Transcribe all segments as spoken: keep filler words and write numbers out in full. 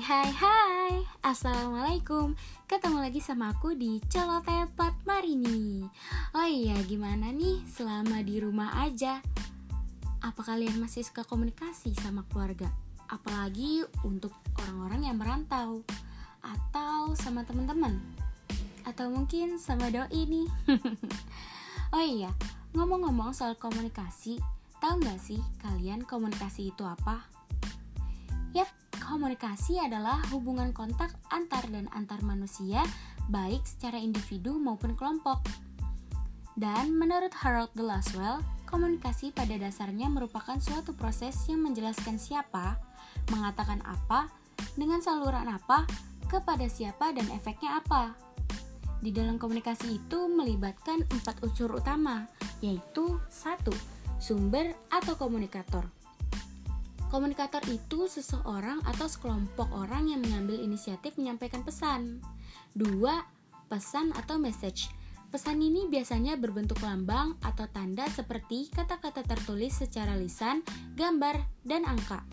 hai hai, assalamualaikum. Ketemu lagi sama aku di Celotepat Marini. Oh iya, gimana nih selama di rumah aja? Apa kalian masih suka komunikasi sama keluarga? Apalagi untuk orang-orang yang merantau, atau sama teman-teman, atau mungkin sama doi nih. Oh iya, ngomong-ngomong soal komunikasi, tahu gak sih kalian komunikasi itu apa? Yap, komunikasi adalah hubungan kontak antar dan antar manusia, baik secara individu maupun kelompok. Dan menurut Harold de Lasswell, komunikasi pada dasarnya merupakan suatu proses yang menjelaskan siapa, mengatakan apa, dengan saluran apa, kepada siapa, dan efeknya apa. Di dalam komunikasi itu melibatkan empat unsur utama, yaitu satu. Sumber atau komunikator. Komunikator itu seseorang atau sekelompok orang yang mengambil inisiatif menyampaikan pesan. Dua, pesan atau message. Pesan ini biasanya berbentuk lambang atau tanda seperti kata-kata tertulis secara lisan, gambar, dan angka.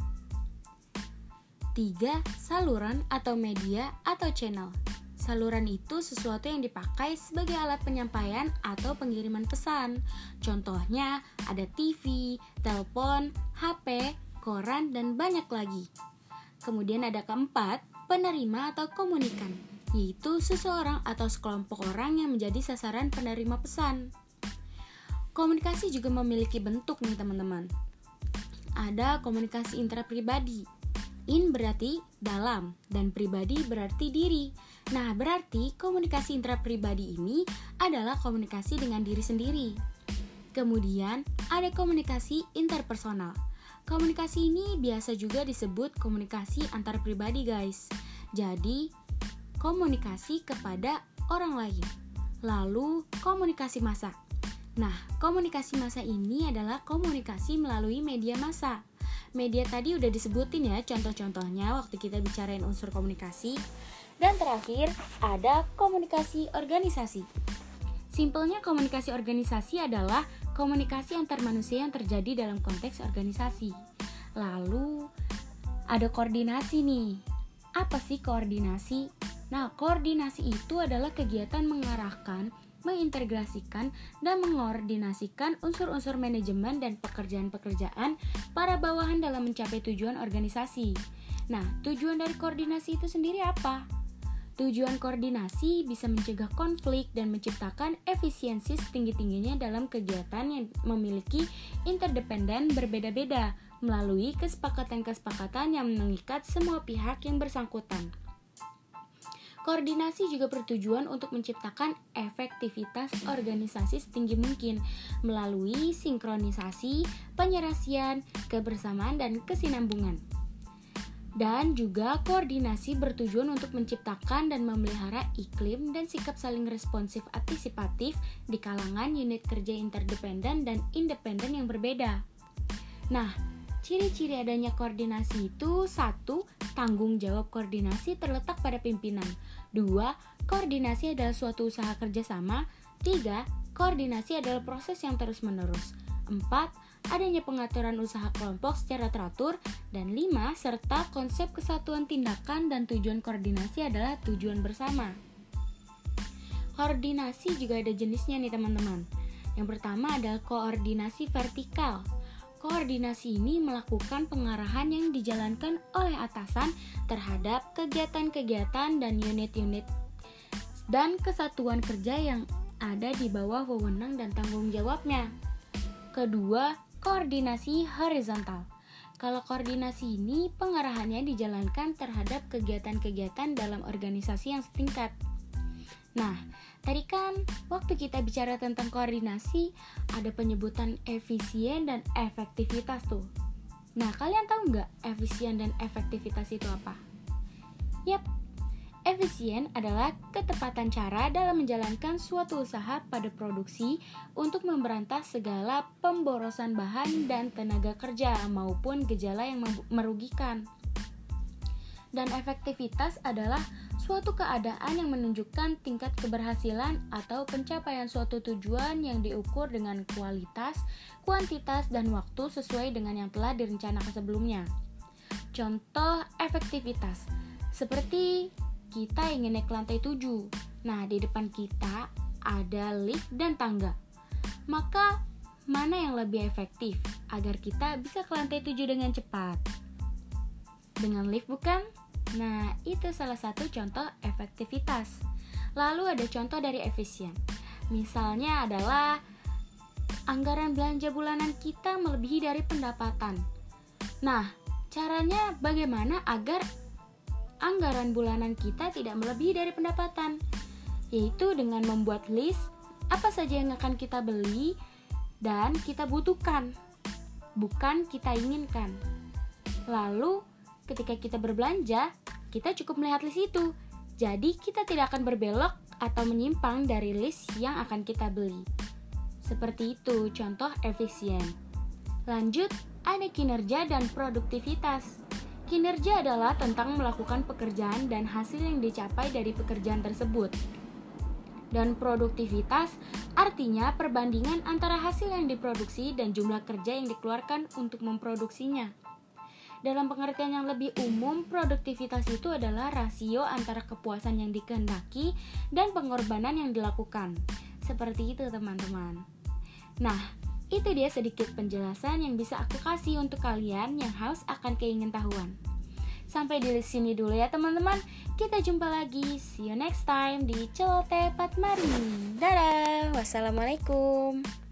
Tiga, saluran atau media atau channel. Saluran itu sesuatu yang dipakai sebagai alat penyampaian atau pengiriman pesan. Contohnya ada T V, telepon, H P, koran, dan banyak lagi. Kemudian ada keempat, penerima atau komunikan, yaitu seseorang atau sekelompok orang yang menjadi sasaran penerima pesan. Komunikasi juga memiliki bentuk nih teman-teman. Ada komunikasi intrapribadi. In berarti dalam dan pribadi berarti diri. Nah, berarti komunikasi intrapribadi ini adalah komunikasi dengan diri sendiri. Kemudian ada komunikasi interpersonal. Komunikasi ini biasa juga disebut komunikasi antar pribadi, guys. Jadi, komunikasi kepada orang lain. Lalu, komunikasi massa. Nah, komunikasi massa ini adalah komunikasi melalui media massa. Media tadi udah disebutin ya contoh-contohnya waktu kita bicarain unsur komunikasi. Dan terakhir, ada komunikasi organisasi. Simpelnya komunikasi organisasi adalah komunikasi antar manusia yang terjadi dalam konteks organisasi. Lalu ada koordinasi nih. Apa sih koordinasi? Nah, koordinasi itu adalah kegiatan mengarahkan, mengintegrasikan, dan mengkoordinasikan unsur-unsur manajemen dan pekerjaan-pekerjaan para bawahan dalam mencapai tujuan organisasi. Nah, tujuan dari koordinasi itu sendiri apa? Tujuan koordinasi bisa mencegah konflik dan menciptakan efisiensi setinggi-tingginya dalam kegiatan yang memiliki interdependen berbeda-beda melalui kesepakatan-kesepakatan yang mengikat semua pihak yang bersangkutan. Koordinasi juga bertujuan untuk menciptakan efektivitas organisasi setinggi mungkin melalui sinkronisasi, penyelesaian, kebersamaan, dan kesinambungan. Dan juga koordinasi bertujuan untuk menciptakan dan memelihara iklim dan sikap saling responsif antisipatif di kalangan unit kerja interdependen dan independen yang berbeda. Nah, ciri-ciri adanya koordinasi itu satu, tanggung jawab koordinasi terletak pada pimpinan. Dua, koordinasi adalah suatu usaha kerjasama. Tiga, koordinasi adalah proses yang terus-menerus. Empat, adanya pengaturan usaha kelompok secara teratur. Dan lima, serta konsep kesatuan tindakan dan tujuan koordinasi adalah tujuan bersama. Koordinasi juga ada jenisnya nih teman-teman. Yang pertama adalah koordinasi vertikal. Koordinasi ini melakukan pengarahan yang dijalankan oleh atasan terhadap kegiatan-kegiatan dan unit-unit dan kesatuan kerja yang ada di bawah wewenang dan tanggung jawabnya. Kedua, koordinasi horizontal. Kalau koordinasi ini pengarahannya dijalankan terhadap kegiatan-kegiatan dalam organisasi yang setingkat. Nah, tadi kan waktu kita bicara tentang koordinasi ada penyebutan efisien dan efektivitas tuh. Nah, kalian tahu nggak efisien dan efektivitas itu apa? Yap, efisien adalah ketepatan cara dalam menjalankan suatu usaha pada produksi untuk memberantas segala pemborosan bahan dan tenaga kerja maupun gejala yang merugikan. Dan efektivitas adalah suatu keadaan yang menunjukkan tingkat keberhasilan atau pencapaian suatu tujuan yang diukur dengan kualitas, kuantitas, dan waktu sesuai dengan yang telah direncanakan sebelumnya. Contoh efektivitas. Seperti kita ingin naik ke lantai tujuh. Nah, di depan kita ada lift dan tangga. Maka, mana yang lebih efektif agar kita bisa ke lantai tujuh dengan cepat? Dengan lift bukan? Nah, itu salah satu contoh efektivitas. Lalu ada contoh dari efisien. Misalnya adalah anggaran belanja bulanan kita melebihi dari pendapatan. Nah, caranya bagaimana agar anggaran bulanan kita tidak melebihi dari pendapatan? Yaitu dengan membuat list apa saja yang akan kita beli dan kita butuhkan, bukan kita inginkan. Lalu, ketika kita berbelanja, kita cukup melihat list itu. Jadi, kita tidak akan berbelok atau menyimpang dari list yang akan kita beli. Seperti itu contoh efisien. Lanjut, ada kinerja dan produktivitas. Kinerja adalah tentang melakukan pekerjaan dan hasil yang dicapai dari pekerjaan tersebut. Dan produktivitas artinya perbandingan antara hasil yang diproduksi dan jumlah kerja yang dikeluarkan untuk memproduksinya. Dalam pengertian yang lebih umum, produktivitas itu adalah rasio antara kepuasan yang dikehendaki dan pengorbanan yang dilakukan. Seperti itu teman-teman. Nah, itu dia sedikit penjelasan yang bisa aku kasih untuk kalian yang haus akan keingintahuan. Sampai di sini dulu ya teman-teman. Kita jumpa lagi. See you next time di Celoteh Patmari. Dadah. Wassalamualaikum.